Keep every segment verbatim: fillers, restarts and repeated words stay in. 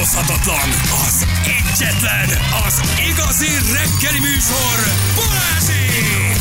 utánozhatatlan, az egyetlen, az igazi reggeli műsor, Balázsék!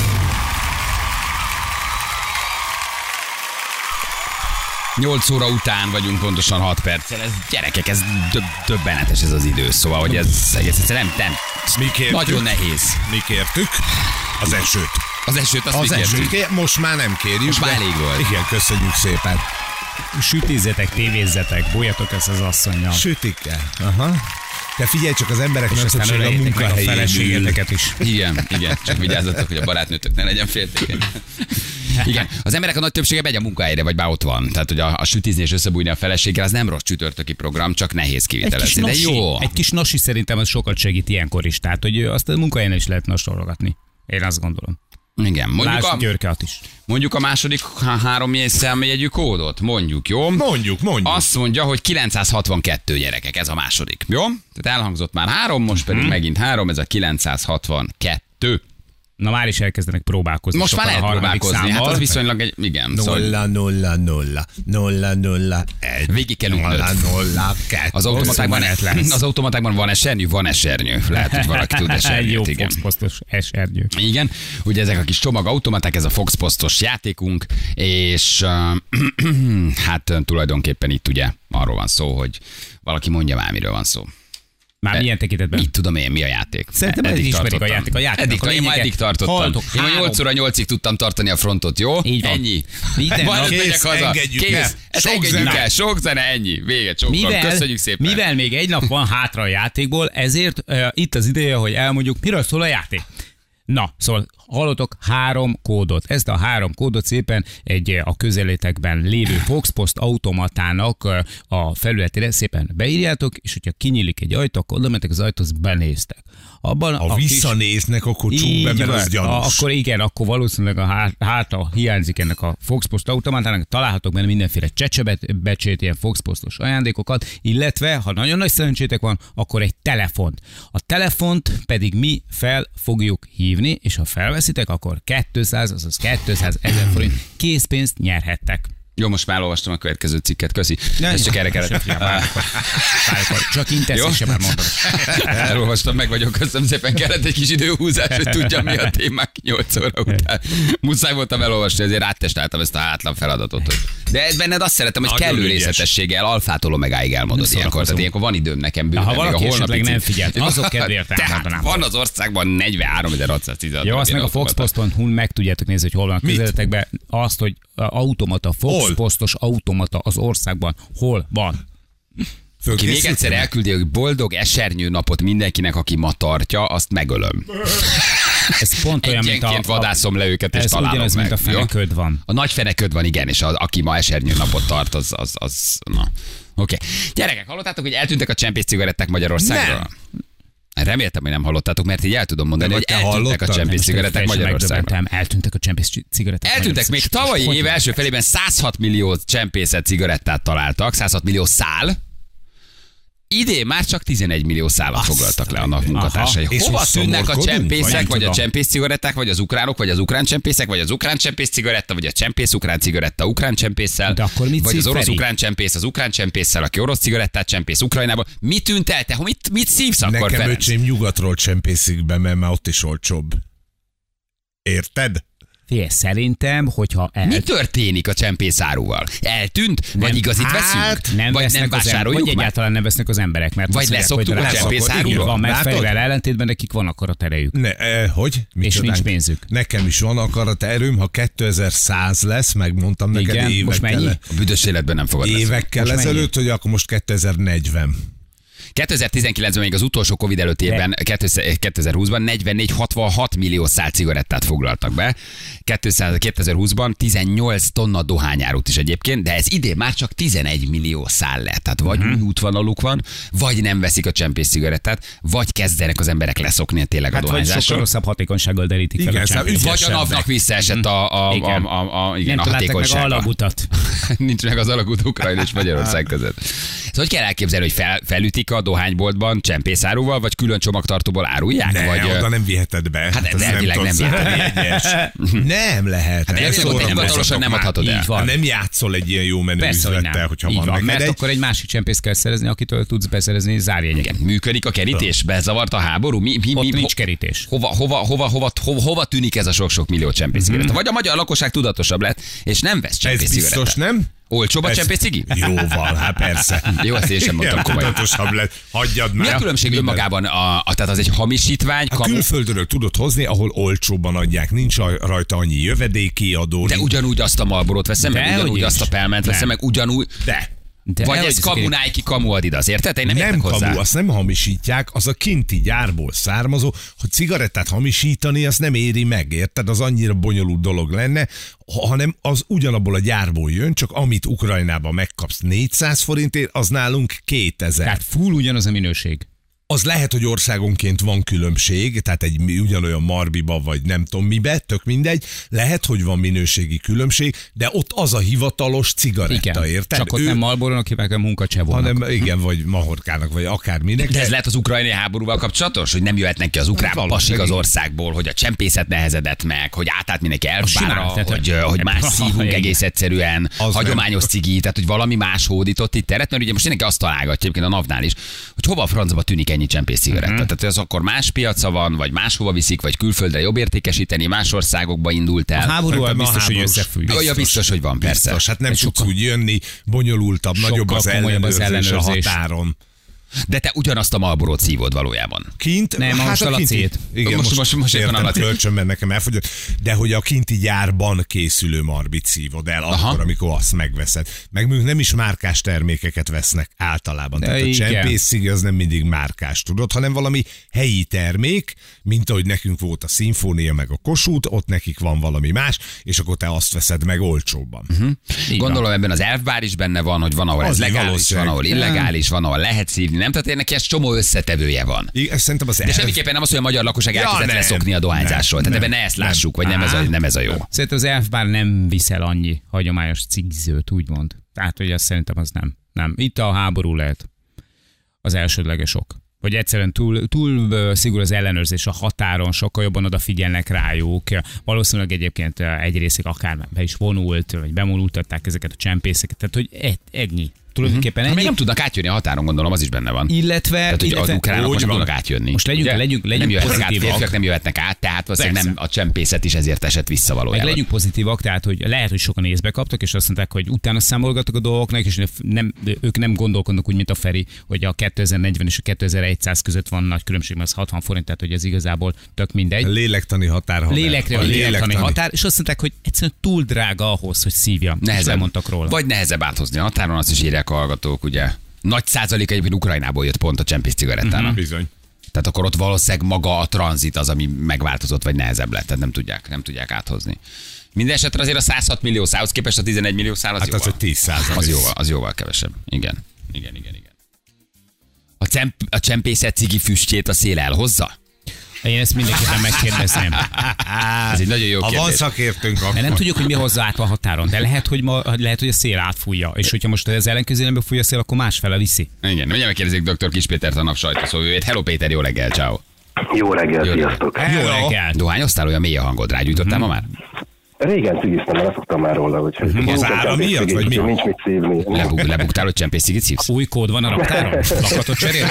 nyolc óra után vagyunk pontosan hat perccel. Ez, gyerekek, ez döb- döbbenetes ez az idő. Szóval, hogy ez egész egyszerűen nem, nem. Mi kértük? Nagyon nehéz. Mi kértük? Az esőt. Az esőt azt Az mi kértük. esőt. Most már nem kérjük. Most már de- elég volt. Igen, köszönjük szépen. Sütézzetek, tévézzetek, bújjatok ezt az asszonnyal. Sütik el. Aha. Te figyelj csak, az emberek És nem aztán többsége a öleljétek meg a munkahelyén ül. feleségeteket is. Igen, igen. Csak vigyázzatok, hogy a barátnőtök ne legyen féltékeny. Igen, az emberek a nagy többsége megy a munkahelyre, vagy már ott van. Tehát, hogy a, a sütizni és összebújni a feleséggel, az nem rossz csütörtöki program, csak nehéz Egy kis, kivitelezni. De nasi, jó. egy kis nasi szerintem az sokat segít ilyenkor is. Tehát, hogy azt a munkahelyen is lehet nasorogatni. Én azt gondolom. Igen, mondjuk Lásd a, Györkeat is. mondjuk a második há- három számjegyű kódot. Mondjuk, jó? Mondjuk, mondjuk. Azt mondja, hogy kilencszázhatvankettő gyerekek, ez a második. Jó? Tehát elhangzott már három, most pedig Mhm. megint három, ez a kilencszázhatvankettő. Na már is elkezdenek próbálkozni. Most már sokan lehet a harmadik próbálkozni, hát számmal. az viszonylag egy, igen. Szóval Nulla, nulla, nulla, nulla, nulla, egy. Végig kell Nulla, ülnöd. nulla, kettő. Az automatákban, Hosszú menet lesz. az automatákban van esernyő, van esernyő. Lehet, hogy valaki tud Egy esernyőt, jó igen. foxpostos esernyő. Igen, ugye ezek a kis csomagautomaták, ez a Fox Postos játékunk, és uh, hát tulajdonképpen itt ugye arról van szó, hogy valaki mondja már, miről van szó. Már milyen tekintetben? Mit tudom én, mi a játék? Szerintem eddig ismerik a tartottam. játék. A játéknak Eddig, a én ma lényege, eddig tartottam. hallgatok, Én ma három- nyolc óra nyolcig tudtam tartani a frontot, jó? Így van. Ennyi. Minden Majd nap. megyek Kész, haza. engedjük Kész. el. Ezt Sok engedjük zene. el. Sok zene, ennyi. Vége, csókkal. Mivel, Köszönjük szépen. mivel még egy nap van hátra a játékból, ezért uh, itt az ideje, hogy elmondjuk, miről szól a játék. Na, szóval hallotok három kódot. Ezt a három kódot szépen egy a közelétekben lévő Foxpost automatának uh, a felületére szépen beírjátok, és hogyha kinyílik egy ajtó, akkor oda mentek az ajtóhoz, benéztek. Abban Ha kis- visszanéznek, akkor csúk be, Így mert van. az gyanús. Akkor igen, akkor valószínűleg a há- háta hiányzik ennek a Foxpost automatának, találhatok benne mindenféle csecsebecsét, ilyen Foxpostos ajándékokat, illetve, ha nagyon nagy szerencsétek van, akkor egy telefont. A telefont pedig mi fel fogjuk hívni, és ha felveszitek, akkor kétszáz, azaz kétszázezer forint készpénzt nyerhettek. Jó, most már elolvastam a következő cikket, köszi. Ez csak erre kellett. Csak inteszése már mondom. Elolvastam, meg vagyok, köszönöm szépen, kellett egy kis időhúzás, hogy tudjam, mi a témák nyolc óra után. Muszáj voltam elolvasni, ezért áttestáltam ezt a hátlan feladatot. Hogy... De ez benned azt szeretem, hogy Nagyon kellő ügyes. részletességgel, alfától omegáig elmondod Nem ilyenkor. Tehát szórakozom. ilyenkor van időm nekem bőven. Ha még valaki a holnapi esetleg nem cikk. figyelt, azok kedvéért Tehát elmondanám. van az országban negyvenháromezer-hatszáztizenhat. Jó, azt meg a foxposton hu meg tudjátok nézni, hogy hol van a Mit? közeletekben. Azt, hogy a automata, Hol? Foxpostos automata az országban hol van. Ki még Fölkészültem? egyszer elküldi, hogy boldog esernyő napot mindenkinek, aki ma tartja, azt megölöm. Ez pont olyan, mint a... Egyenként vadászom le őket, és Ez találom ugyanaz, meg. mint a jó? feneköd van. A nagy feneköd van, igen, és az, aki ma esernyő napot tart, az, az, az na. Oké. Okay. Gyerekek, hallottátok, hogy eltűntek a csempész cigaretták Magyarországról? Nem. Reméltem, hogy nem hallottátok, mert így el tudom mondani, Nem, hogy te eltűntek a hallottad? csempész cigaretták Teljesen Magyarországról. megdöbbentem. Eltűntek a csempész cigaretták. Eltűntek még tavalyi év első felében százhat millió csempészet cigarettát találtak, százhat millió szál. Idén már csak tizenegy millió szálat foglaltak le a nap munkatársai. És Hova most tűnnek a szomorkodunk? csempészek, Vagy vagy a tudom. csempész cigaretták, vagy az ukránok, vagy az ukrán csempészek, vagy az ukrán csempész cigaretta, vagy a csempész ukrán cigaretta ukrán csempésszel, De akkor mit vagy az szív, orosz Feri? ukrán csempész az ukrán csempésszel, aki orosz cigarettát csempész Ukrajnába. Mit tűnt el te? Mit, mit szívsz akkor, Nekem Ferenc? öcsém nyugatról csempészik be, mert már ott is olcsóbb. Érted? Figyelj, szerintem, hogyha el... Mi történik a csempészáruval? Eltűnt? Vagy Nem. igazit Hát, veszünk? nem vagy vesznek nem az em- vásároljuk vagy már? egyáltalán nem vesznek az emberek, mert Vagy azt mondják, leszoktuk hogy a drága, csempészáruról? akkor így van, mert Látod? Ferivel ellentétben nekik van akarat erejük. Ne, eh, hogy? Mit És csinálunk? nincs pénzük. Nekem is van akarat erőm, ha kétezer-száz lesz, megmondtam neked Igen, most évekkel, mennyi? A büdös életben nem fogad lesz. évekkel Most mennyi? ezelőtt, hogy akkor most kétezer-negyven. kétezer-tizenkilencben még az utolsó Covid előtt évben, kétezer-húszban negyvennégy hatvanhat millió szál cigarettát foglaltak be. kétezer-húszban tizennyolc tonna dohányárút is egyébként, de ez idén már csak tizenegy millió szál lett. Tehát vagy Mhm. uh-huh. útvonaluk van, vagy nem veszik a csempész cigarettát, vagy kezdenek az emberek leszokni tényleg a Hát vagy sokkal dohányzásról. rosszabb hatékonysággal derítik fel Igen, a szóval csempészt. Vagy a napnak ügyesebbek. visszaesett a, a, a, Igen. a, a, a, igen, Nem a találtak meg a hatékonysága. alagutat. Nincs meg az alagút Ukrajna és Magyarország között. hogy kell elképzelni, hogy fel, felütik a dohányboltban csempészáruval, vagy külön csomagtartóból árulják? Ne, vagy, oda nem viheted be. Hát ez elvileg nem tudsz- viheted. Nem lehet. Hát Ez elvileg ott szórakoztatok hivatalosan nem már. adhatod el. Így van. Hát nem játszol egy ilyen jó menő Persze, hogy üzlettel, nem. hogyha Így van, van, neked mert egy. akkor egy másik csempészt kell szerezni, akitől tudsz beszerezni zárjegyeket. Igen, működik a kerítés? Bezavart a háború? Mi, mi, Ott mi, nincs ho- kerítés. Hova, hova, hova, hova, hova, hova tűnik ez a sok-sok millió csempészcigaretta? Vagy a magyar lakosság tudatosabb lett, és nem vesz Ez csempészcigarettát. biztos, nem? Olcsóbb a Ez- csempészcigi? Jóval, hát persze. Jó, ezt én sem mondtam Igen, komolyan. tudatosabb lett. Hagyjad Mi már. a különbség Minden. önmagában? A, a, tehát az egy hamisítvány, A kamu, külföldről tudod hozni, ahol olcsóbban adják, nincs a- rajta annyi jövedéki adó. de nincs- ugyanúgy azt a Marlborot veszem, meg De, ugyanúgy hogy azt a is. Pelment veszem, Nem. meg ugyanúgy. De. De Vagy elhogy ez ezeket- kamu Nike, kamu Adidas, érted? Én nem, Nem értek hozzá. kamu, azt nem hamisítják, az a kinti gyárból származó, hogy cigarettát hamisítani, azt nem éri meg, érted? Az annyira bonyolult dolog lenne, ha- hanem az ugyanabból a gyárból jön, csak amit Ukrajnában megkapsz négyszáz forintért, az nálunk kétezer. Tehát full ugyanaz a minőség. Az lehet, hogy országonként van különbség, tehát egy mi- ugyanolyan Marbiba, vagy nem tudom mibe, tök mindegy. Lehet, hogy van minőségi különbség, de ott az a hivatalos cigaretta, Igen. érted? Csak ott nem Marlborónak hívják, hanem munkacsevónak. hanem igen, vagy mahorkának, vagy akárminek. De ez lehet az ukrajnai háborúval kapcsolatos, hogy nem jöhetnek ki az ukrán pasik Valószínűleg. az országból, hogy a csempészet nehezedett meg, hogy átállt mindenki elfára, simán, tehát- hogy, hogy más szívunk Igen. egész egyszerűen, Az hagyományos cigi, tehát hogy valami más hódított itt teret, mert ugye most mindenki azt találgatja, egyébként a NAV-nál is, hogy hova a francba tűnik ennyi csempész cigaretta. Mhm. Tehát az akkor más piaca van, vagy máshova viszik, vagy külföldre jobb értékesíteni, más országokba indult A el. háborúval Szerintem a biztos, hogy háborús- összefügg. biztos. Ja, biztos, hogy van, persze. Biztos, hát nem Ez tudsz sokkal- úgy jönni, bonyolultabb, nagyobb az Sokkal komolyabb az ellenőrzés, ellenőrzés. a határon. De te ugyanazt a Marlborot szívod valójában. Kint? Nem, most a kinti- Lacét. Igen, Most- most, most- most éppen a értem, Laci. kölcsön, mert nekem elfogyott. De hogy a kinti gyárban készülő Marbit szívod el, Aha. akkor, amikor azt megveszed. Meg mondjuk nem is márkás termékeket vesznek általában. De Tehát a igen. csempészcigi az nem mindig márkás, tudod, hanem valami helyi termék, mint ahogy nekünk volt a Szimfónia meg a Kossuth, ott nekik van valami más, és akkor te azt veszed meg olcsóbban. Uh-huh. Így Gondolom van. ebben az elfbár is benne van, hogy van, ahol ez Az legális, van, valószínűleg. ahol illegális, van, ahol lehet szívni. Nem, tehát neki ez csomó összetevője van. Igen, szerintem az De elf- semmiképpen nem az, hogy a magyar lakosság Ja, elkezdett nem, leszokni a dohányzásról. nem, Tehát ebben nem, ne ezt nem. lássuk, vagy nem ez, a, nem ez a jó. Szerintem az elfbár nem viszel annyi hagyományos cigizőt, úgymond. Tehát, hogy azt szerintem az nem. Nem. Itt a háború lehet az elsődleges ok. Vagy egyszerűen túl, túl ö, szigorú az ellenőrzés a határon, sokkal jobban odafigyelnek rájuk. Valószínűleg egyébként ö, egy részük akár be is vonult, vagy bemolultatták ezeket a csempészeket. Tehát, hogy egy, ennyi. Tulajdonképpen Hát ennyi. még nem tudnak átjönni a határon, gondolom, az is benne van. Illetve, Tehát, hogy az illetve ukránok most úgy nem van. tudnak átjönni. Most legyünk- Ugye? legyünk- legyünk nem jöhetnek át, pozitívak. férfiak nem jöhetnek át, tehát valószínűleg nem a csempészet is ezért esett vissza meg valójában. legyünk pozitívak, tehát hogy lehet, hogy sokan észbe kaptak, és azt mondták, hogy utána számolgattak a dolgoknak, és nem, ők nem gondolkodnak úgy, mint a Feri, hogy a kétezer-negyven és a kétezer-száz között van nagy különbség, mert az hatvan forint, tehát hogy ez igazából tök mindegy. lélektani határ. haver. Lélekre a A lélektani határ, és azt mondták, hogy egyszerűen túl drága ahhoz, hogy szívjam. És Nehezebb. lemondtak róla. Vagy nehezebb áthozni a határon, azt is írják a hallgatók, ugye. Nagy százalék egyébként Ukrajnából jött pont a csempész cigarettának. Bizony. Tehát akkor ott valószínűleg maga a tranzit az, ami megváltozott, vagy nehezebb lett, tehát nem tudják, nem tudják áthozni. Minden esetre azért a száz hat millió szálhoz képest a tizenegy millió szál az Hát az jóval, a tíz százalék. az jóval, az jóval kevesebb. Igen, igen, igen, igen. A, cemp, a csempészet cigi füstjét a szél elhozza? Én ezt mindenképpen megkérdezném. Ez egy nagyon jó Ha van kérdés. szakértőnk, akkor... Mert nem tudjuk, hogy mi hozza át a határon, de lehet, hogy, ma, lehet, hogy a szél átfújja, és hogyha most az ellenkező irányba fújja a szél, akkor másfele viszi. Igen, mindjárt megkérdezik dr. Kis Pétert, a nap sajtószóvivőjét. Hello Péter, jó reggel, ciao. Jó reggel, Jó sziasztok! Jó Hello. reggelt! Dohányoztál, olyan mély a hangod, rágyújtottál ma már? Régen cigiztem, leszoktam már róla, úgyhogy Az nincsen ára csempész miatt, cigi, vagy mi? nincs mit szívni. Lebuk, lebuktál, hogy csempész cigit szívsz? Új kód van a raktáron? Lakatot cserél?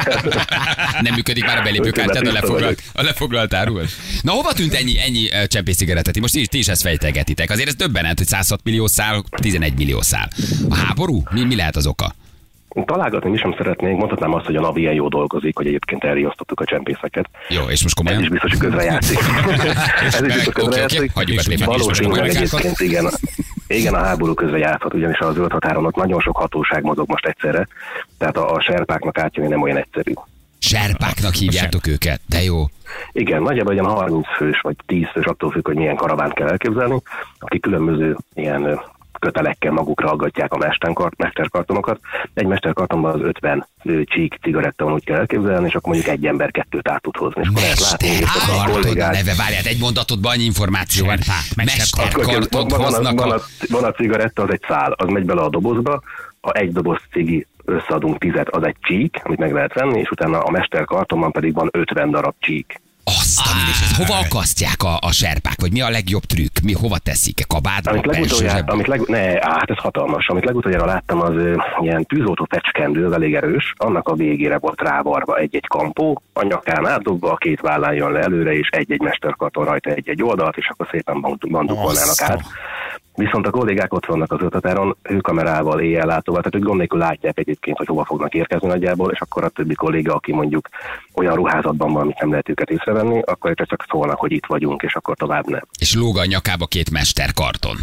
Nem működik már a belépőkártyád a lefoglalt, a lefoglalt árul? Na hova tűnt ennyi, ennyi ö, csempész cigarettet? Ti most ti is, ti is ezt fejtegetitek. Azért ez döbbenet, hogy száz hat millió szál, tizenegy millió szál. A háború? Mi, mi lehet az oka? Találgatni mi sem szeretnénk, mondhatnám azt, hogy a NAV ilyen jó dolgozik, hogy egyébként elriasztottuk a csempészeket. Jó, és most Ez komolyan? is biztos, hogy közrejátszik. Ez is biztos, hogy Oké, oké, közrejátszik. hagyjuk a tréfát, és most Valószínűleg kommunikákat. egyébként igen, igen, a háború közre játszhat, ugyanis a zöld határon ott nagyon sok hatóság mozog most egyszerre, tehát a, a serpáknak átjönni nem olyan egyszerű. Serpáknak hívjátok őket, de jó. Igen, nagyjából olyan harminc fős vagy tíz fős, attól függ, hogy milyen karavánt kell elképzelni, akik különböző ilyen ö, kötelekkel magukra aggatják a mesterkart, mesterkartonokat. Egy mesterkartonban az ötven ö, csík cigaretta van, úgy kell elképzelni, és akkor mondjuk egy ember kettőt át tud hozni. És akkor lehet látni, hogy ott a Mesterkarton a kollégák... neve, várját, egy mondatodban annyi információ van. Serpák, Akkor Mesterkartont van, a, hoznak van, a... a, van a cigaretta, az egy szál, az megy bele a dobozba, ha egy doboz cigi összeadunk tízet, az egy csík, amit meg lehet venni, és utána a mesterkartonban pedig van ötven darab csík. Azt a mindés, ezt hova akasztják a, a serpák, vagy mi a legjobb trükk? Mi hova teszik? Kabátba, Amit legutoljára, zsebbe? amit leg, ne, á, hát ez hatalmas. Amit legutoljára láttam, az ö, ilyen tűzoltó fecskendő, az elég erős, annak a végére volt rávarva egy-egy kampó, a nyakán átdobva, a két vállán jön le előre, és egy-egy mesterkarton rajta egy-egy oldalt, és akkor szépen bandukolnának át. Viszont a kollégák ott vannak az öthatáron, hőkamerával, éjjellátóval, tehát ők gond nélkül látják egyébként, hogy hova fognak érkezni nagyjából, és akkor a többi kolléga, aki mondjuk olyan ruházatban van, amit nem lehet őket észrevenni, akkor csak szólnak, hogy itt vagyunk, és akkor tovább nem. És lóg a nyakába két mesterkarton.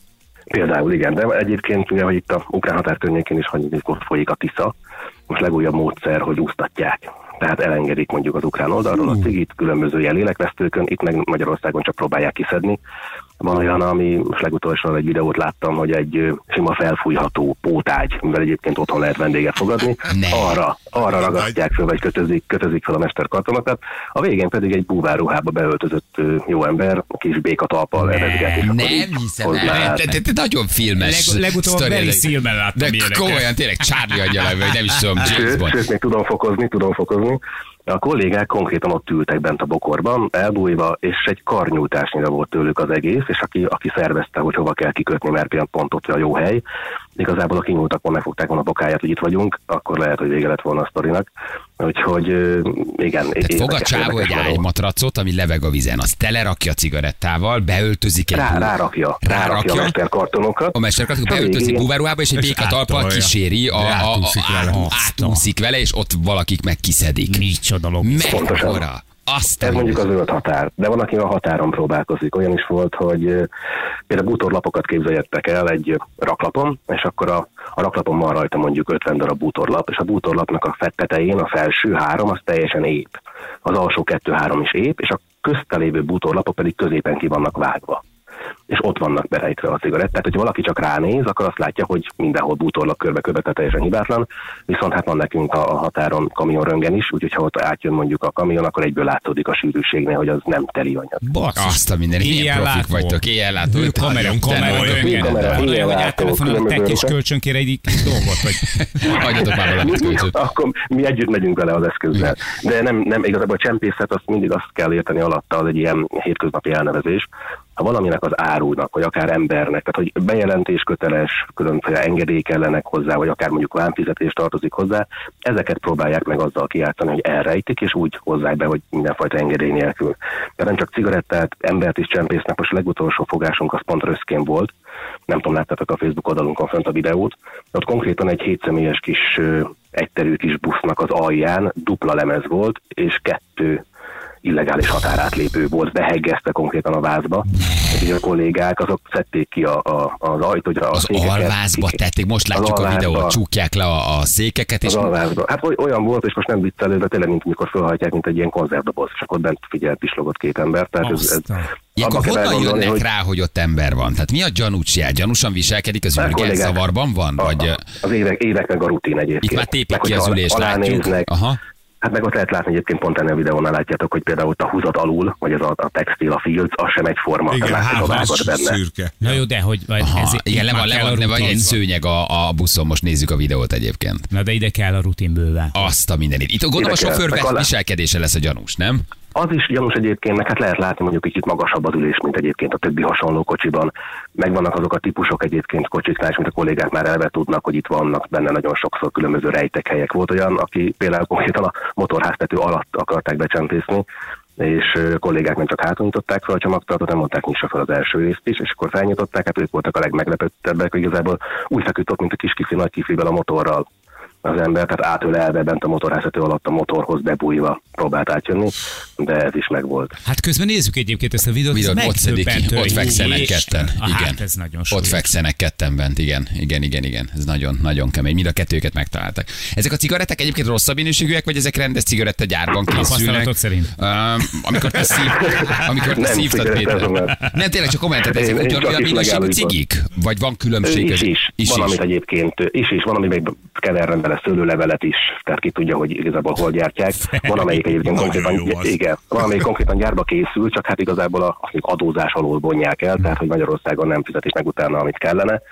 Például igen, de egyébként ugye, hogy itt a ukrán határ környékén is, hogy ott folyik a Tisza, most legújabb módszer, hogy úsztatják. Tehát elengedik mondjuk az ukrán oldalról a cigit, különböző ilyen lélekvesztőkön, itt meg Magyarországon csak próbálják kiszedni. Van olyan, ami most legutolsóan egy videót láttam, hogy egy ö, sima felfújható pótágy, mivel egyébként otthon lehet vendéget fogadni, Ne. arra, arra ragasztják fel, vagy kötözik, kötözik fel a mesterkartonokat, a végén pedig egy búvárruhába beöltözött ö, jó ember, a kis békatalppal levezget, és akkor Nem így hiszem hozzá- el. Te, te, te nagyon filmes Leg- legutóbb a sztori. Barry Sealben láttam De ilyeneket. komolyan, tényleg Charlie adja le, vagy nem is tudom, James Sőt, Bond. sőt, még tudom fokozni, tudom fokozni. A kollégák konkrétan ott ültek bent a bokorban, elbújva, és egy karnyújtásnyira volt tőlük az egész, és aki, aki szervezte, hogy hova kell kikötni, mert például pont ott a jó hely, igazából a kinyúltak volna, megfogták volna a bokáját, hogy itt vagyunk, akkor lehet, hogy vége lett volna a sztorinak. Úgyhogy ö, igen. Tehát fog a csávó egy ágymatracot, ami leveg a vízen, azt telerakja cigarettával, beöltözik egy Rá, bú- rárakja, rárakja, rárakja a mesterkartonokat. a mesterkartot, A beöltözik végén- búvárruhába, és egy És békatalppal átolja. kíséri, a, a, a, Átúszik vele. át- Azt a- átúszik vele, és ott valakik meg kiszedik. Micsoda logis. Mekkora? Azt a Ez mondjuk a mindent. zöld határ, de van, aki a határon próbálkozik. Olyan is volt, hogy ö, például bútorlapokat képzeljetek el egy ö, raklapon, és akkor a, a raklapon van rajta mondjuk ötven darab bútorlap, és a bútorlapnak a fett tetején a felső három az teljesen ép. Az alsó kettő-három is ép, és a közte lévő bútorlapok pedig középen ki vannak vágva. És ott vannak berejtve a cigarettát. Tehát, hogy valaki csak ránéz, akkor azt látja, hogy mindenhol bútorlap körbe-körbe, tehát teljesen hibátlan. Viszont hát van nekünk a, a határon kamionröngen is, úgyhogy ha ott átjön mondjuk a kamion, akkor egyből látszódik a sűrűségnél, hogy az nem teli anyag. Basszus. Azt a minden, milyen Ilyen profik látó. vagytok, éjjellátó. Ő kamera, Te kamera, nagyon röngen. kamera, Van olyan, hogy ilyen átelefonálnak látó, tek és különböző- kölcsön kér egy kis dolgot, vagy Hagyjatok már valamit kölcsöt. Akkor mi együtt megyünk vele az eszközzel. De nem, nem igazából a csempészet, azt mindig azt kell érteni alatta, az egy ilyen hétköznapi elnevezés. Ha valaminek az árulnak, vagy akár embernek, tehát hogy bejelentés köteles, különféle engedély kellenek hozzá, vagy akár mondjuk vámfizetés tartozik hozzá, ezeket próbálják meg azzal kijátszani, hogy elrejtik, és úgy hozzák be, hogy mindenfajta engedély nélkül. De nem csak cigarettát, embert is csempésznek, most a legutolsó fogásunk az pont Röszkén volt, nem tudom, láttátok a Facebook oldalunkon fönt a videót, ott konkrétan egy hétszemélyes kis, ö, egyterű kis busznak az alján dupla lemez volt, és kettő illegális határátlépő volt, beheggezte konkrétan a vázba. És a kollégák azok szedték ki a, a, az ajtót, a Az székeket. alvázba ki- tették, most az látjuk a alvázba. videót, csukják le a, a székeket, és Az alvázba. Hát oly- olyan volt, és most nem viccelő, de tényleg, mint amikor felhajtják, mint egy ilyen konzervdoboz, és akkor bent figyelt, pislogott két ember. Tehát ez, ez, Azt a- ilyenkor abba kell honnan elgondolni, jönnek hogy- rá, hogy ott ember van? Tehát mi a gyanúcsját? Gyanúsan viselkedik az Már ürge? kollégák- Zavarban van? A, Vagy, a, az évek, évek meg a rutin egyébként. itt már tépik Meg, ki az hogyha ülést, látjuk. alánéznek, Aha. Hát meg ott lehet látni egyébként pont ennél a videónál látjátok, hogy például ott a húzat alul, vagy ez a, a textil, a filc, az sem egyforma. Igen, tehát látszik a hát vágat az benne. szürke. Na jó, de hogy vagy Aha, ez, igen, itt le van, már le kell van, a le van rutin. egy szőnyeg a, a buszon, most nézzük a videót egyébként. Na de ide kell a rutin bőven. Azt a mindenit. Itt gondolom a Ide kell, sofőr meg alá- viselkedése lesz a gyanús, nem? Az is gyanús egyébként, meg hát lehet látni mondjuk kicsit magasabb az ülés, mint egyébként a többi hasonló kocsiban. Megvannak azok a típusok egyébként kocsiknál, és mint a kollégák már elve tudnak, hogy itt vannak benne nagyon sokszor különböző rejtekhelyek. Volt olyan, aki például konkrétan a motorháztető alatt akarták becsempészni, és ö, kollégák nem csak hátul nyitották fel a csomagtartót, nem mondták nyissa fel az első részt is, és akkor felnyitották, hát ők voltak a legmeglepettebbek, hogy igazából úgy feküdt ott, mint a kis kifli, nagy kiflivel a motorral az ember, tehát átölelve bent a motorháztető alatt a motorhoz bebújva próbált átjönni, de ez is megvolt. Hát közben nézzük egyébként ezt a videót, ez Videót ott szedik ki, megdöbbentő, ott hogy fekszenek Isten. ketten. Ah, Igen. Hát ez nagyon Ott súlyos. fekszenek ketten bent, igen, igen, igen, igen. Ez nagyon, nagyon kemény. Mind a kettőket megtaláltak. Ezek a cigaretták egyébként rosszabb minőségűek, vagy ezek rendes cigarettagyárban készülnek? Tapasztalatot szerint. Um, amikor te, szív, amikor te Nem szívtad, Péter. cigarettázom. Nem, tényleg csak komolyan, tehát ezek Én- én csak ugyanolyan is minőségű megállítva. cigik? Vagy van különbség? Is is. is, Van, is. amit egyébként is is, van, ami még keverren bele szőlőlevelet is, tehát ki tudja, hogy igazából hol gyártják. Van, amelyik egyébként Nagyon konkrétan, jó az. igen, van, amelyik konkrétan gyárba készül, csak hát igazából a, azt még adózás alól vonják el, tehát hogy Magyarországon nem fizetik meg utána, amit kellene.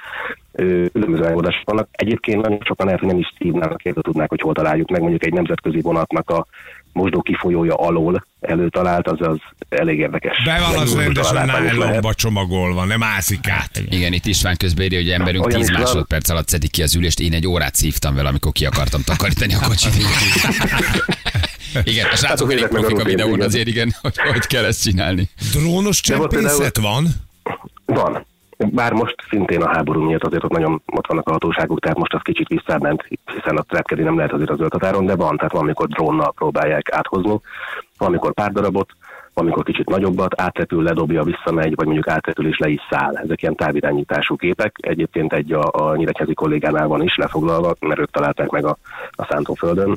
különböző megoldások vannak. Egyébként nagyon sokan lehet, hogy nem is szívnának, érte tudnák, hogy hol találjuk meg. Mondjuk egy nemzetközi vonatnak a mosdó kifolyója alól előtalált, az az elég érdekes. De van az rendesen nylonba csomagolva, nem ászik át. Igen, itt István közbeírja, hogy emberünk Olyan tíz is van. másodperc alatt szedik ki az ülést. Én egy órát szívtam vele, amikor ki akartam takarítani a kocsit. Igen, a srácok elég Hát, meg a profik a rutin, videón, igen. azért igen, hogy, hogy kell ezt csinálni. Drónos De volt csempészet van? Van. Bár most szintén a háború miatt azért ott nagyon ott vannak a hatóságok, tehát most az kicsit visszament, hiszen a repkedni nem lehet azért az zöld határon, de van, tehát van, amikor drónnal próbálják áthozni, van, amikor pár darabot, van, amikor kicsit nagyobbat, átrepül, ledobja, visszamegy, vagy mondjuk átrepül és le is száll. Ezek ilyen távirányítású képek. Egyébként egy a, a nyíregyházi kollégánál van is lefoglalva, mert ők találták meg a, a Szántóföldön.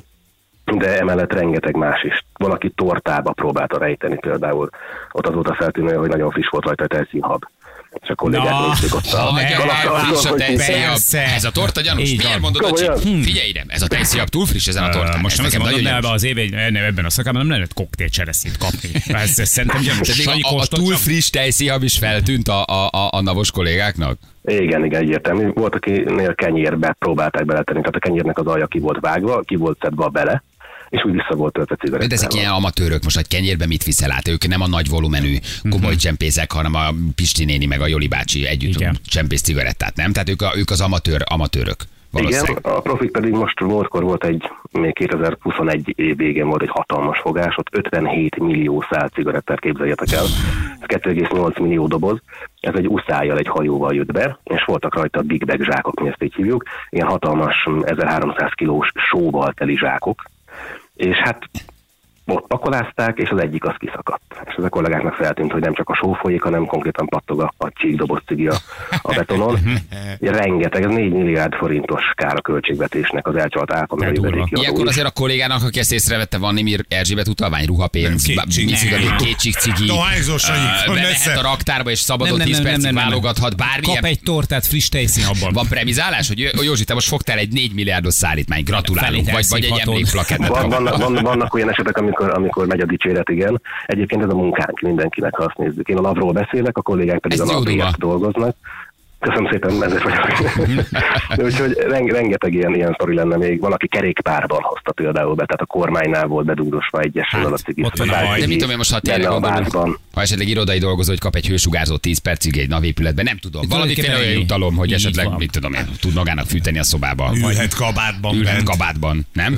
De emellett rengeteg más is. Valaki tortába próbálta rejteni például. Ott az volt a feltűnő, hogy nagyon friss volt rajta a tejszínhab. És a kollégák Na, nézték ott a Hagyja már, kalaptalanul, friss a hogy- tejszínhab. Persze. Ez a torta gyanús. Így Miért van. mondod, hogy Komolyan? figyelj ide, ez a tejszínhab túl friss ezen a tortán. Most nem Ez azt nekem mondom, nagyon de gyanús. ebben az év, ne, ebben a szakában nem lehet koktélcsereszét kapni. Ez, ez szerintem gyanús. Tehát Sanyi még a, a kóstolt túl csak- friss tejszínhab is feltűnt a, a, a, a navos kollégáknak? Igen, igen, egyértelmű. Volt, akinél kenyérbe próbálták beletenni, tehát a kenyérnek az alja ki volt vágva, ki volt szedve bele, és úgy vissza volt töltve De cigarettával. ezek ilyen amatőrök, most egy kenyérbe mit viszel át? Ők nem a nagy volumenű komoly csempészek, hanem a Pisti néni meg a Joli bácsi együtt Igen. csempész cigarettát, nem? Tehát ők, a, ők az amatőr, amatőrök. Igen, Valószínűleg. a profik pedig most múltkor volt egy, még kétezer-huszonegy év végén volt egy hatalmas fogás, ott ötvenhét millió szál cigarettát képzeljetek el, ez kettő egész nyolc millió doboz, ez egy uszályjal, egy hajóval jött be, és voltak rajta big bag zsákok, mi ezt így hívjuk, ilyen hatalmas ezerháromszáz kilós sóval teli zsákok, és hát ott pakolázták, és az egyik az kiszakadt. És ez a kollégáknak feltűnt, hogy nem csak a só folyik, hanem konkrétan pattog a, a csíkdoboz cigi a, a betonon. Rengeteg, ez négy milliárd forintos kár a költségvetésnek az elcsalt áfa, meg a durva. jövedéki adó Ilyenkor is. azért a kollégának, aki ezt észrevette, van Némir Erzsébet utalvány, ruhapénz, Két bá- csigi. bicigarék, két csík cigi, Dohányzó Sanyi, ö, van bemehet esze. a raktárba, és szabadon Nem, nem, tíz nem, nem, percig nem, nem. válogathat bármilyen. Kap egy tortát friss tejszínhabban. Van premizálás, hogy Jó- Józsi, te most fogtál egy négy milliárdos szállítmányt, gratulálunk, Felét vagy, vagy egy elszívhatod. emlékplakettet Van, kap. vannak, van, vannak olyan esetek, amikor, amikor megy a dicséret, igen. Egyébként ez a munkánk mindenkinek, ha azt nézzük. Én a lavról beszélek, a kollégák pedig Ez a jó lavért duma. dolgoznak. Köszönöm szépen, ezért vagyok. De úgyhogy ren- rengeteg ilyen, ilyen sztori lenne még. Valaki kerékpárban hozta például be, tehát a kormánynál volt bedugdosva egyessel Hát, a cigi. ott van a haj. De mit tudom én most, ha tényleg benne a gondolunk, vázban. ha esetleg irodai dolgozó, hogy kap egy hősugárzó tíz percig egy navépületben, nem tudom. Valamiféle Tulajdonképpen olyan jutalom, hogy így esetleg, van. mit tudom én, tud magának fűteni a szobába. vagy Ülhet kabátban Ülhet bent. kabátban, nem?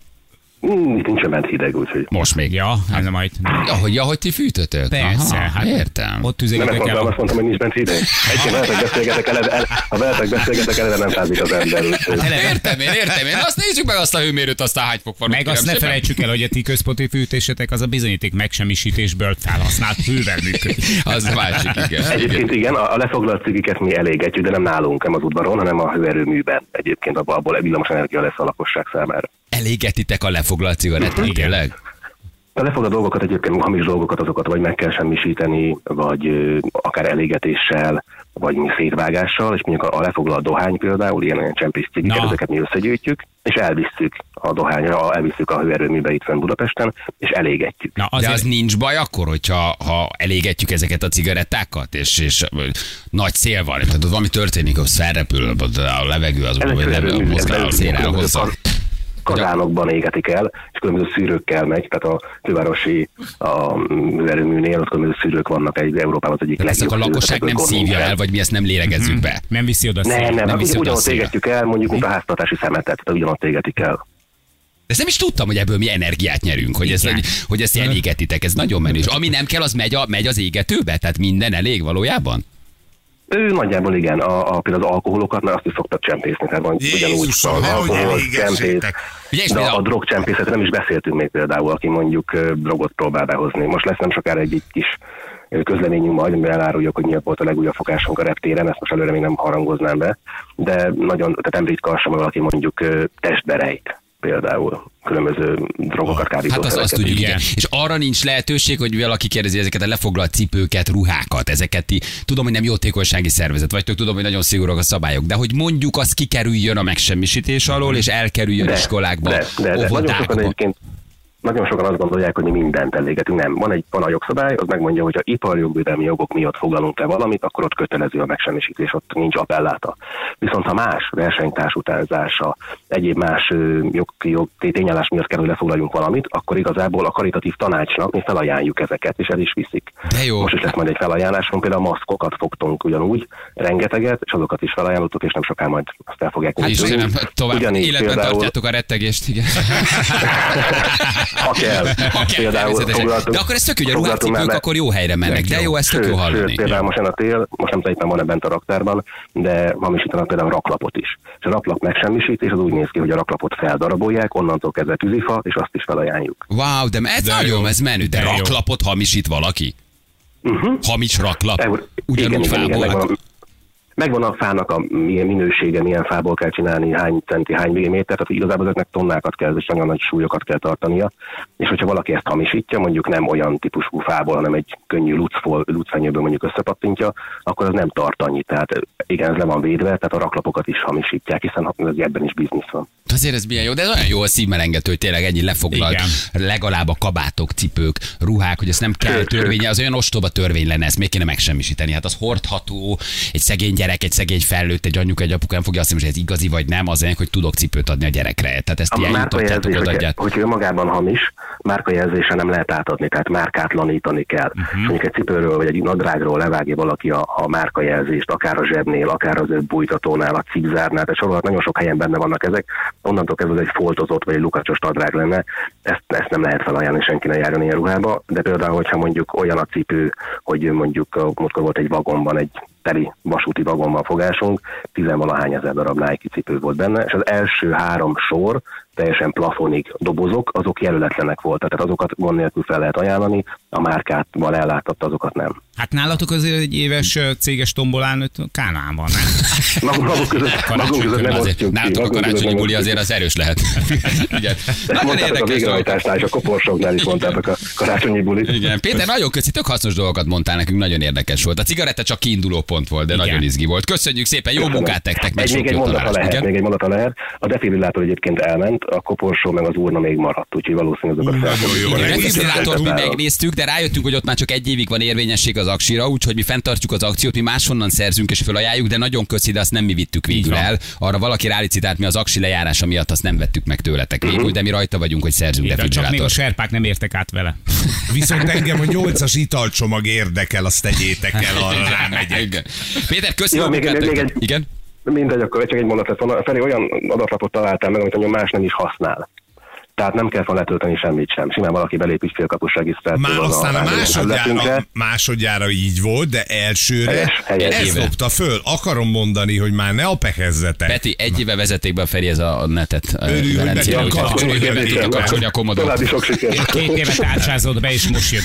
Mm, itt nincsen bent hideg, úgyhogy Most még. Ja, ez a majd. Ja, hogy, ja, hogy ti fűtötök? Persze, Aha, hát értem. ott nem ezt tüzegetek mondtam, el. azt mondtam, hogy nincs bent hideg. Egyébként veletek beszélgetek, eleve, el, ha veletek beszélgetek, eleve nem fázik az ember. úgyhogy- Értem én, értem én. Azt nézzük meg azt a hőmérőt, azt a hány fok van. Meg kérem azt ne szépen. felejtsük el, hogy a ti központi fűtésetek az a bizonyíték megsemmisítésből felhasznált hővel működik. Az a másik, igen. Egyébként igen, a a lefoglalt cigiket mi elégetjük, de nem nálunk, nem az udvaron, hanem a hőerőműben. Egyébként abból, abból villamos energia lesz a lakosság számára. Elégetitek a lefoglalt cigarettát, tényleg? A lefoglalt dolgokat egyébként, hamis dolgokat, azokat vagy meg kell semmisíteni, vagy ö, akár elégetéssel, vagy mi szétvágással, és mondjuk a, a lefoglalt dohány például, ilyen, ilyen csempész cigiket, Na. ezeket mi összegyűjtjük, és elvisszük a dohányra, elvisszük a hőerőműbe itt fenn Budapesten, és elégetjük. Na, De azért az nincs baj akkor, hogyha ha elégetjük ezeket a cigarettákat, és, és ö, nagy szél van, tehát ott valami történik, az felrepül, a levegő az, Ezek vagy levegő, a hőerőmű, mozgás, a ezek szél különböző elhozza. kaz- kazánokban égetik el, és különböző szűrőkkel megy, tehát a fővárosi a hőerőműnél ott különböző szűrők vannak, egy Európában az egyik Tehát ezt legjobb a lakosság szűrők, nem ezekből szívja gondolunk el, vagy mi ezt nem lélegezzük be. nem viszi oda a Nem, szél. nem, nem nem viszi oda a ugyanott szél. égetjük el, mondjuk, mint a háztartási szemetet, de ugyanott égetik el. De ezt nem is tudtam, hogy ebből mi energiát nyerünk, hogy, ezt, Igen. hogy, hogy ezt elégetitek, ez nagyon menő. És ami nem kell, az megy, a, megy az égetőbe? Tehát minden elég valójában? Ő nagyjából igen, a, a, például az alkoholokat, mert azt is szoktak csempészni, tehát van ugyanúgy Jézusom, az nehogy alkohol, elégessétek. Ugye, és de a, például- a drogcsempészetre nem is beszéltünk még például, aki mondjuk ö, drogot próbál behozni. Most lesz nem sokára egy, egy kis ö, közleményünk majd, amiben eláruljuk, hogy mi volt a legújabb fogásunk a reptéren, ezt most előre még nem harangoznám be, de nagyon, tehát nem ritka az sem, hogy valaki mondjuk ö, testbe rejt például különböző drogokat, Hát kábítószereket. azt, azt tudjuk, igen. igen. És arra nincs lehetőség, hogy valaki kérdezi ezeket a lefoglalt cipőket, ruhákat, ezeket ti, tudom, hogy nem jótékonysági szervezet vagytok, tudom, hogy nagyon szigorúak a szabályok, de hogy mondjuk az kikerüljön a megsemmisítés alól, és elkerüljön De, iskolákba, de, de, de, nagyon sokan óvodákba. egyébként nagyon sokan azt gondolják, hogy mi mindent elégetünk. Nem, van egy van a jogszabály, az megmondja, hogy ha iparjogvédelmi jogok miatt foglalunk le valamit, akkor ott kötelező a megsemmisítés, ott nincs appelláta. Viszont ha más versenytárs utánzása, egyéb más jog, jog, tényállás miatt kell, hogy lefoglaljunk valamit, akkor igazából a karitatív tanácsnak mi felajánljuk ezeket, és el is viszik. De jó. Most is lesz majd egy felajánlásunk, például a maszkokat fogtunk ugyanúgy, rengeteget, és azokat is felajánlottuk, és nem soká majd azt el fogják Hát Istenem, tovább Ugyanígy életben például... tartjátok a rettegést, igen. Ha kell. Ha kell, Például de akkor ez tök ugye, a ruhacipők akkor jó helyre mennek, de jó, ezt tök sőt, jó hallani. Sőt, például most jön a tél, most nem tudom, éppen van-e bent a raktárban, de hamisítanak például raklapot is. És a raklap megsemmisítés az úgy néz ki, hogy a raklapot feldarabolják, onnantól kezdve tűzifa, és azt is felajánljuk. Wow, de ez De nagyon, jó. ez menő, de, De jó. raklapot hamisít valaki? Uh-huh. Hamis raklap? Eur- Ugyanúgy igen, igen, igen, fából? megvan, a, megvan a fának a milyen minősége, milyen fából kell csinálni, hány centi, hány milliméter, tehát igazából ezeknek tonnákat kell, és nagyon nagy súlyokat kell tartania. És hogyha valaki ezt hamisítja, mondjuk nem olyan típusú fából, hanem egy könnyű lucfol, lucfenyőből mondjuk összepattintja, akkor az nem tart annyit. Tehát igen, ez le van védve, tehát a raklapokat is hamisítják, hiszen ebben is biznisz van. Azért ez milyen jó, de olyan jó a szívmelengető, hogy tényleg ennyi lefoglalt, Igen. legalább a kabátok, cipők, ruhák, hogy ezt nem kell Sőt, törvénye, az olyan ostoba törvény lenne, ezt még kéne megsemmisíteni. Hát az hordható, egy szegény gyerek, egy szegény felnőtt, egy anyuka, egy apuka nem fogja azt mondani, hogy ez igazi vagy nem, az hogy tudok cipőt adni a gyerekre. Tehát ezt A ilyen jutottátok, márkajelzés, hogyha, odaadját. hogyha önmagában hamis, márkajelzése nem lehet átadni, tehát márkátlanítani kell. Uh-huh. Mondjuk egy cipőről vagy egy nadrágról levágja valaki a, a márkajelzést, akár a zsebnél, akár az bújtatónál, a cipzárnál, tehát sorolhat, nagyon sok helyen benne vannak ezek, onnantól kezdve egy foltozott vagy egy lukacsos nadrág lenne, ezt, ezt nem lehet felajánlani, senki ne járjon ilyen ruhába, de például, hogyha mondjuk olyan a cipő, hogy mondjuk múltkor volt egy vagonban, egy teli vasúti vagonban fogásunk, tizenvalahány ezer darab Nike cipő volt benne, és az első három sor, teljesen plafonig dobozok, azok jelöletlenek voltak, tehát azokat gond nélkül fel lehet ajánlani, a márkával ellátott azokat nem. Hát nálatok azért egy éves ö, céges tombolán Kánán van, nem? Magunk, magunk között, magunk között nem Azért, osztjuk ki. nálatok a magunk között karácsonyi nem buli osztjuk azért az erős lehet. Igen. Ezt Nagyon mondtátok a érdekes dolgokat. végrehajtásnál és a koporsóknál is mondtátok a karácsonyi bulit. Igen, Péter, nagyon köszi, tök hasznos dolgokat mondtál nekünk, nagyon érdekes volt. A cigaretta csak kiinduló pont volt, de Igen. nagyon izgi volt. Köszönjük szépen, jó Köszönöm. munkát nektek, meg Egy, sok még egy jó mondata találást. lehet, Igen? még egy mondata lehet. A defibrillátor egyébként elment, a koporsó meg az urna még maradt, úgyhogy valószínűleg azokat fel nagyon jó. Igen, a Igen, defibrilátort mi felfogjuk. megnéztük, de rájöttünk, hogy ott már csak egy évig van érvényesség az aksira, úgyhogy mi fenntartjuk az akciót, mi máshonnan szerzünk és felajánljuk, de nagyon köszi, de azt nem mi vittük végül van. el. Arra valaki rálicitált, mi az aksi lejárása miatt azt nem vettük meg tőletek végül, de mi rajta vagyunk, hogy szerzünk Igen, csak még a defibrilátort. serpák nem értek át vele. Viszont engem a nyolcas italcsomag érdekel, azt tegyétek el, arra rámegyek. Igen. Péter, köszi, Jó, jó még- munkát még nektek. egy- Igen? Mindegy, akkor csak egy mondat lett volna. Feri, olyan adatlapot találtál meg, amit nagyon más nem is használ. Tehát nem kell fel letölteni semmit sem. Simán valaki belép ügyfélkapus regisztrációval. Már aztán a másodjára, felületünkre. másodjára így volt, de elsőre Helyes, helyes. ezt Éve. dobta föl. Akarom mondani, hogy már ne a pekezzetek. Peti, egy éve vezeték be a Feri ez a netet. Örülj, hogy Velencére, neki úgyhogy kapcsolja, úgy hogy tudja neki kapcsolni a komodót. További sok sikert. Két éve tárcsázott be, és most jön.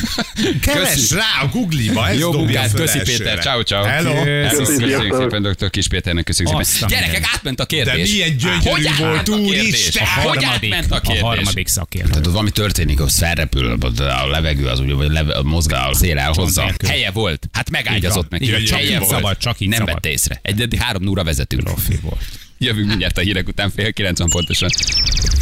Keres rá a Google-ba, ezt Jó dobja munkát, föl köszi elsőre. Péter, ciao ciao. Hello. Köszönjük Sziasztok. szépen, doktor Kis Péternek, köszönjük Azt szépen. a Gyerekek, mindenit. átment a De kérdés. milyen gyönyörű Hogy volt, átment a kérdés? úristen! A Hogy harmadik, átment a a kérdés? harmadik szakértő. Tehát ott valami történik, az felrepül, a levegő az úgy, vagy leve, a mozgál, a szél elhozza. nélkül. Helye volt. Hát megágyazott neki. Igen, hogy csak helye így volt. szabad, csak így Nem szabad. vette észre. Egy három óra vezetünk. Profi volt. Jövünk mindjárt a hírek után fél kilencven pontosan.